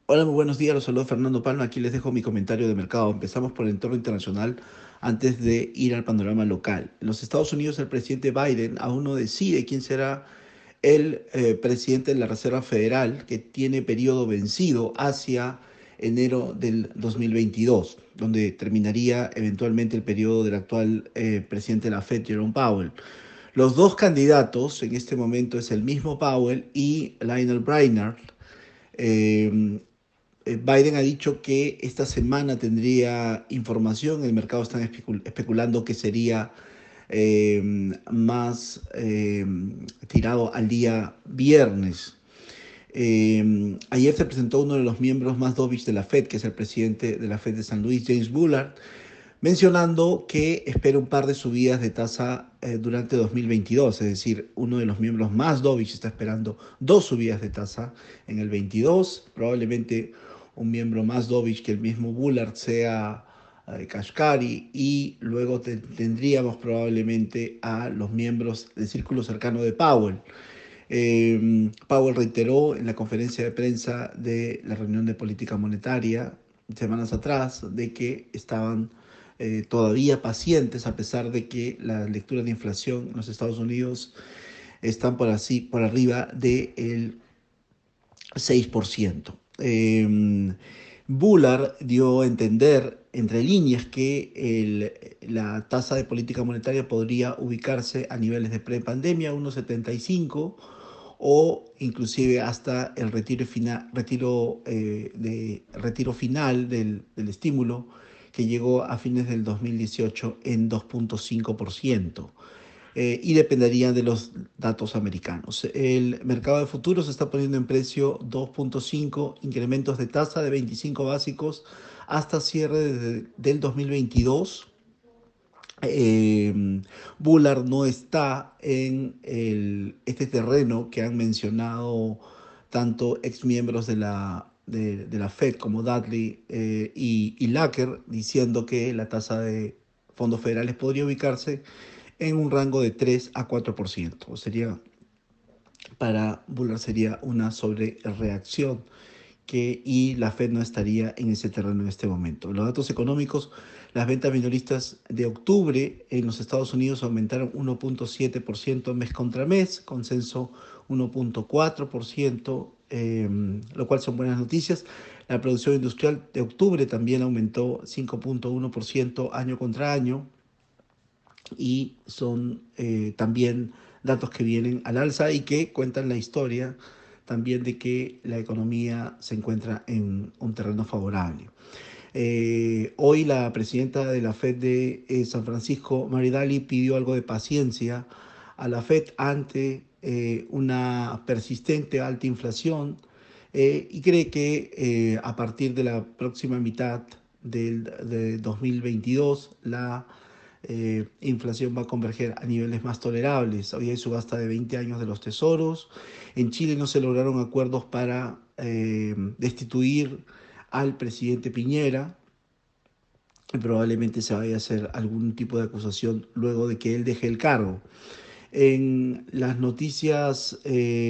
Hola, muy buenos días. Los saludo Fernando Palma. Aquí les dejo mi comentario de mercado. Empezamos por el entorno internacional antes de ir al panorama local. En los Estados Unidos, el presidente Biden aún no decide quién será el presidente de la Reserva Federal, que tiene periodo vencido hacia enero del 2022, donde terminaría eventualmente el periodo del actual presidente de la Fed, Jerome Powell. Los dos candidatos en este momento es el mismo Powell y Lionel Brainerd. Eh, Biden ha dicho que esta semana tendría información. El mercado está especulando que sería más tirado al día viernes. Ayer se presentó uno de los miembros más dovish de la Fed, que es el presidente de la Fed de San Luis, James Bullard, mencionando que espera un par de subidas de tasa durante 2022, es decir, uno de los miembros más dovish está esperando dos subidas de tasa en el 22, probablemente un miembro más dovish que el mismo Bullard sea Kashkari, y luego tendríamos probablemente a los miembros del círculo cercano de Powell. Powell reiteró en la conferencia de prensa de la reunión de política monetaria semanas atrás de que estaban todavía pacientes a pesar de que las lecturas de inflación en los Estados Unidos están por arriba del 6%. Bullard dio a entender entre líneas que la tasa de política monetaria podría ubicarse a niveles de prepandemia, 1,75, o inclusive hasta el retiro final del estímulo, que llegó a fines del 2018 en 2,5%, y dependerían de los datos americanos. El mercado de futuros está poniendo en precio 2,5 incrementos de tasa de 25 básicos hasta cierre del 2022. eh, Bullard no está en este terreno que han mencionado tanto exmiembros de la Fed como Dudley y Lacker, diciendo que la tasa de fondos federales podría ubicarse en un rango de 3 a 4%. Sería, para Bullard sería una sobrereacción y la Fed no estaría en ese terreno en este momento. Los datos económicos: las ventas minoristas de octubre en los Estados Unidos aumentaron 1,7% mes contra mes, consenso 1,4%, lo cual son buenas noticias. La producción industrial de octubre también aumentó 5,1% año contra año, y son también datos que vienen al alza y que cuentan la historia también de que la economía se encuentra en un terreno favorable. Hoy la presidenta de la Fed de San Francisco, Mary Daly, pidió algo de paciencia a la Fed ante una persistente alta inflación, y cree que a partir de la próxima mitad de 2022 la inflación va a converger a niveles más tolerables. Hoy hay subasta de 20 años de los tesoros. En Chile no se lograron acuerdos para destituir al presidente Piñera. Probablemente se vaya a hacer algún tipo de acusación luego de que él deje el cargo. En las noticias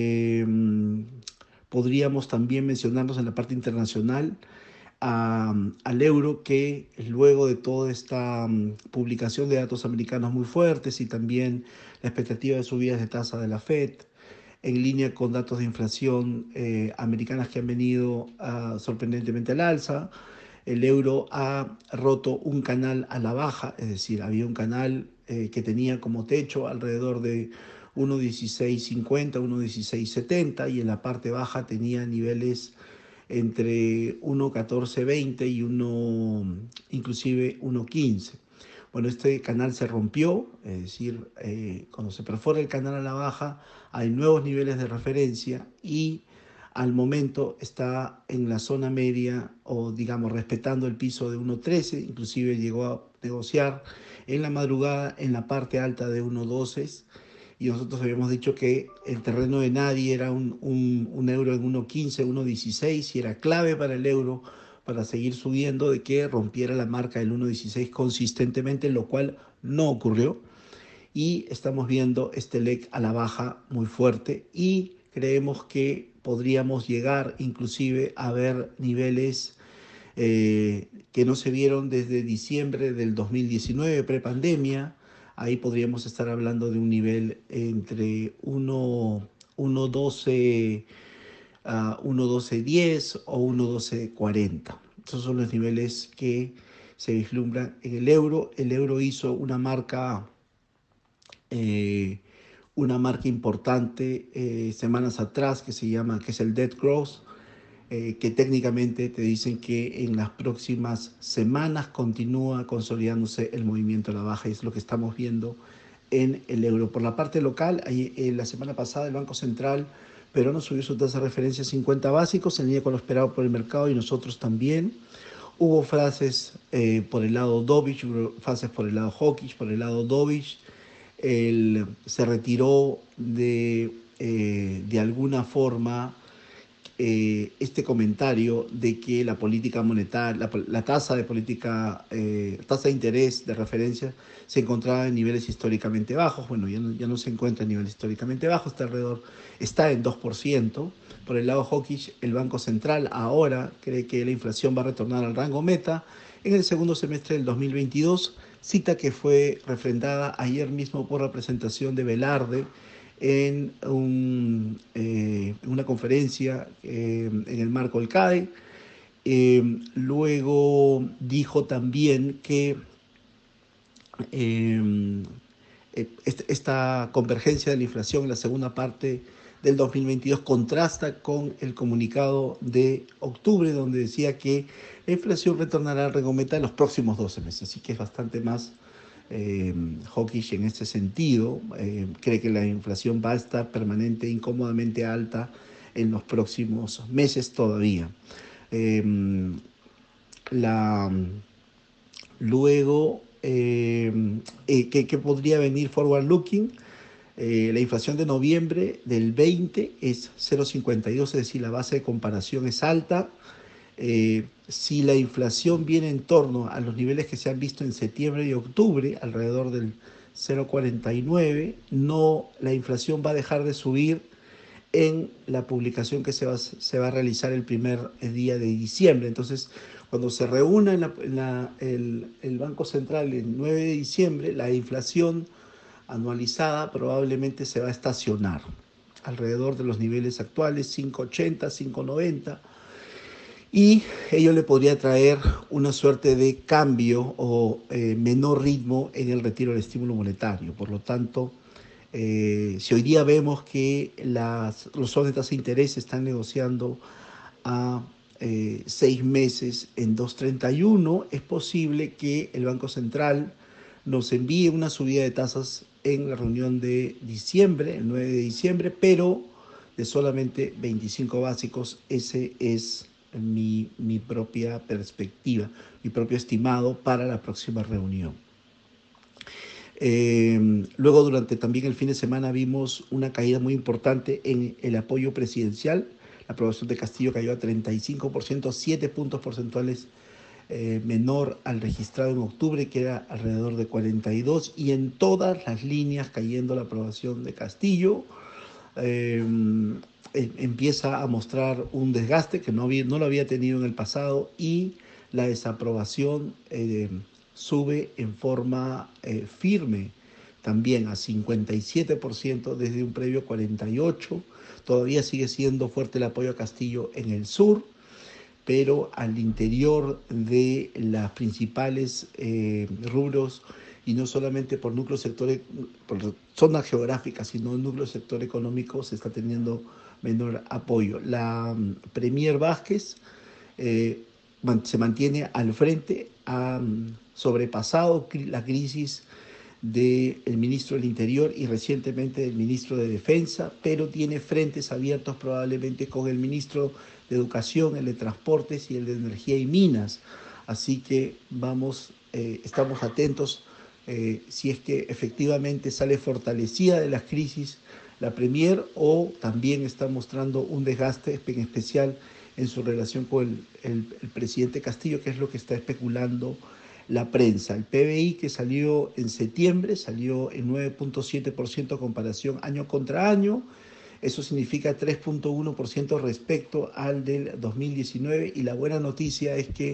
podríamos también mencionarnos en la parte internacional al euro, que luego de toda esta publicación de datos americanos muy fuertes y también la expectativa de subidas de tasa de la Fed, en línea con datos de inflación americanas que han venido sorprendentemente al alza, el euro ha roto un canal a la baja, es decir, había un canal que tenía como techo alrededor de 1,1650, 1,1670, y en la parte baja tenía niveles entre 1,1420 y inclusive 1,15. Bueno, este canal se rompió, es decir, cuando se perfora el canal a la baja hay nuevos niveles de referencia, y al momento está en la zona media, o digamos respetando el piso de 1,13, inclusive llegó a negociar en la madrugada en la parte alta de 1,12, y nosotros habíamos dicho que el terreno de nadie era un euro en 1,15, 1,16, y era clave para el euro para seguir subiendo, de que rompiera la marca del 1,16 consistentemente, lo cual no ocurrió, y estamos viendo este leg a la baja muy fuerte, y creemos que podríamos llegar inclusive a ver niveles que no se vieron desde diciembre del 2019, prepandemia. Ahí podríamos estar hablando de un nivel entre 1.12 a 1.1210 o 1.1240. Esos son los niveles que se vislumbran en el euro. El euro hizo eh, una marca importante semanas atrás que es el dead cross, que técnicamente te dicen que en las próximas semanas continúa consolidándose el movimiento a la baja, y es lo que estamos viendo en el euro. Por la parte local, la semana pasada el Banco Central peruano subió su tasa de referencia a 50 básicos, en línea con lo esperado por el mercado y nosotros también. Hubo frases por el lado Dovich, hubo frases por el lado Hawkish, por el lado Dovich. Él se retiró de alguna forma este comentario de que la política monetaria, la tasa de política, tasa de interés de referencia se encontraba en niveles históricamente bajos. Bueno, ya no se encuentra en niveles históricamente bajos, está en 2%. Por el lado hawkish, el Banco Central ahora cree que la inflación va a retornar al rango meta en el segundo semestre del 2022, cita que fue refrendada ayer mismo por la presentación de Velarde en una conferencia en el marco del CADE. Luego dijo también que eh, esta convergencia de la inflación en la segunda parte del 2022 contrasta con el comunicado de octubre, donde decía que la inflación retornará al rango meta en los próximos 12 meses, así que es bastante más hawkish en este sentido. Cree que la inflación va a estar permanente, incómodamente alta en los próximos meses todavía. Eh, la, Luego, ¿qué podría venir forward looking? La inflación de noviembre del 20 es 0,52, es decir, la base de comparación es alta. Si la inflación viene en torno a los niveles que se han visto en septiembre y octubre, alrededor del 0,49, no, la inflación va a dejar de subir en la publicación que se va a realizar el primer día de diciembre. Entonces, cuando se reúna el Banco Central el 9 de diciembre, la inflación anualizada probablemente se va a estacionar alrededor de los niveles actuales, 5,80, 5,90, y ello le podría traer una suerte de cambio o menor ritmo en el retiro del estímulo monetario. Por lo tanto, si hoy día vemos que los fondos de tasa de interés están negociando a 6 meses en 2,31, es posible que el Banco Central nos envíe una subida de tasas en la reunión de diciembre, el 9 de diciembre, pero de solamente 25 básicos. Ese es mi propia perspectiva, mi propio estimado para la próxima reunión. Luego, durante también el fin de semana, vimos una caída muy importante en el apoyo presidencial. La aprobación de Castillo cayó a 35%, 7 puntos porcentuales menor al registrado en octubre, que era alrededor de 42, y en todas las líneas cayendo la aprobación de Castillo. Eh, Empieza a mostrar un desgaste que no lo había tenido en el pasado, y la desaprobación sube en forma firme también a 57% desde un previo 48%. Todavía sigue siendo fuerte el apoyo a Castillo en el sur, pero al interior de las principales rubros, y no solamente por núcleo sector, por zonas geográficas, sino en núcleo sector económico, se está teniendo menor apoyo. La Premier Vázquez se mantiene al frente, ha sobrepasado la crisis del ministro del Interior y recientemente del ministro de Defensa, pero tiene frentes abiertos probablemente con el ministro de Educación, el de Transportes y el de Energía y Minas. Así que estamos atentos si es que efectivamente sale fortalecida de las crisis la Premier, o también está mostrando un desgaste, en especial en su relación con el presidente Castillo, que es lo que está especulando la prensa. El PBI, que salió en septiembre, salió en 9,7% comparación año contra año. Eso significa 3.1% respecto al del 2019 y la buena noticia es que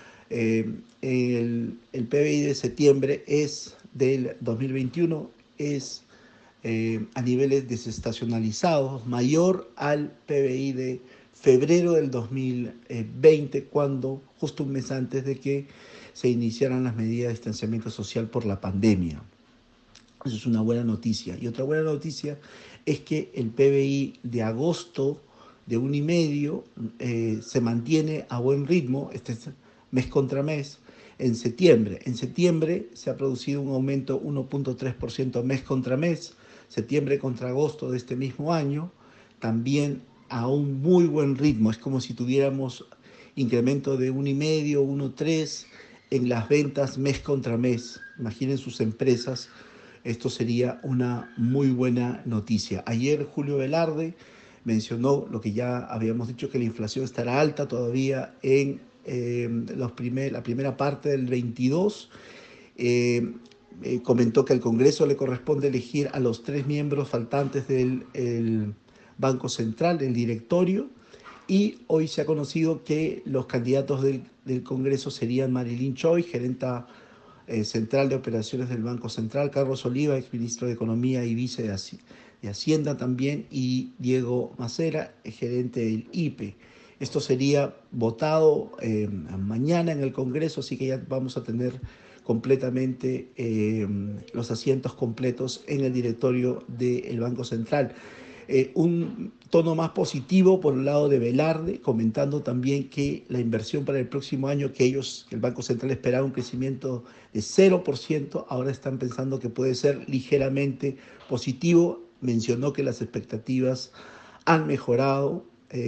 el PBI de septiembre es del 2021, es a niveles desestacionalizados, mayor al PBI de febrero del 2020, cuando justo un mes antes de que se iniciaran las medidas de distanciamiento social por la pandemia. Eso es una buena noticia. Y otra buena noticia es que el PBI de agosto de 1,5 se mantiene a buen ritmo, este es mes contra mes, en septiembre. En septiembre se ha producido un aumento 1.3% mes contra mes, septiembre contra agosto de este mismo año, también a un muy buen ritmo. Es como si tuviéramos incremento de 1,5, 1,3 en las ventas mes contra mes. Imaginen sus empresas, esto sería una muy buena noticia. Ayer Julio Velarde mencionó lo que ya habíamos dicho, que la inflación estará alta todavía en la primera parte del 22. Comentó que al Congreso le corresponde elegir a los 3 miembros faltantes del Banco Central, del directorio, y hoy se ha conocido que los candidatos del Congreso serían Marilyn Choi, gerenta central de operaciones del Banco Central, Carlos Oliva, exministro de Economía y vice de Hacienda también, y Diego Macera, gerente del IPE. Esto sería votado mañana en el Congreso, así que ya vamos a tener completamente los asientos completos en el directorio del Banco Central. Un tono más positivo por el lado de Velarde, comentando también que la inversión para el próximo año, que el Banco Central esperaba un crecimiento de 0%, ahora están pensando que puede ser ligeramente positivo. Mencionó que las expectativas han mejorado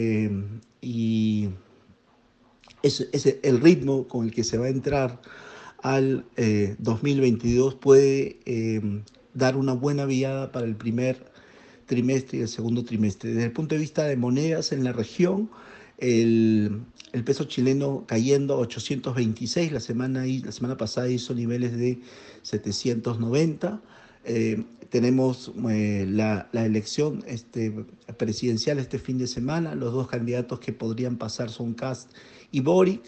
y el ritmo con el que se va a entrar al 2022 puede dar una buena viada para el primer trimestre y el segundo trimestre. Desde el punto de vista de monedas en la región, el peso chileno cayendo a 826, la semana pasada hizo niveles de 790. Tenemos la elección presidencial este fin de semana. Los dos candidatos que podrían pasar son Kast y Boric.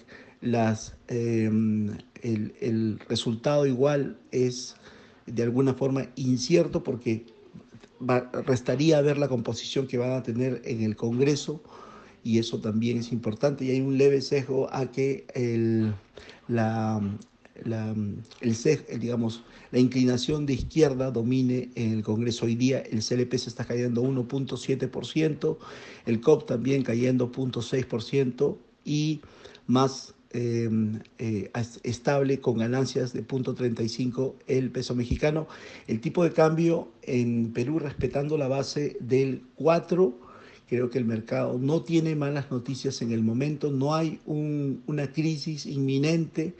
El resultado igual es de alguna forma incierto porque restaría ver la composición que van a tener en el Congreso, y eso también es importante, y hay un leve sesgo a que la, digamos, la inclinación de izquierda domine en el Congreso. Hoy día el CLP se está cayendo 1.7%, el COP también cayendo 0.6% y más estable con ganancias de 0.35 el peso mexicano. El tipo de cambio en Perú respetando la base del 4. Creo que el mercado no tiene malas noticias en el momento, no hay una crisis inminente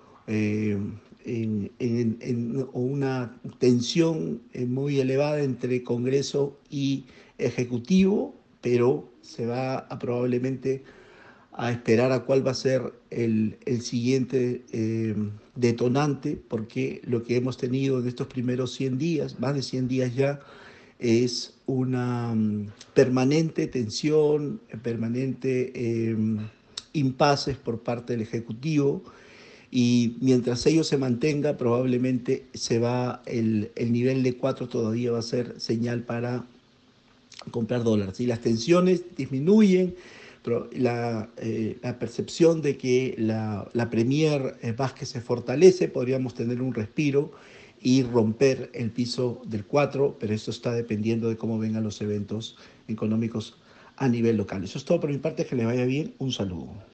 o una tensión muy elevada entre Congreso y Ejecutivo, pero se va a probablemente a esperar a cuál va a ser el siguiente detonante, porque lo que hemos tenido en estos primeros 100 días, más de 100 días ya, es una permanente tensión, permanente impases por parte del Ejecutivo, y mientras ello se mantenga, probablemente el nivel de 4 todavía va a ser señal para comprar dólares. Si las tensiones disminuyen, pero la percepción de que la Premier Vázquez se fortalece, podríamos tener un respiro y romper el piso del 4, pero eso está dependiendo de cómo vengan los eventos económicos a nivel local. Eso es todo por mi parte, que le vaya bien, un saludo.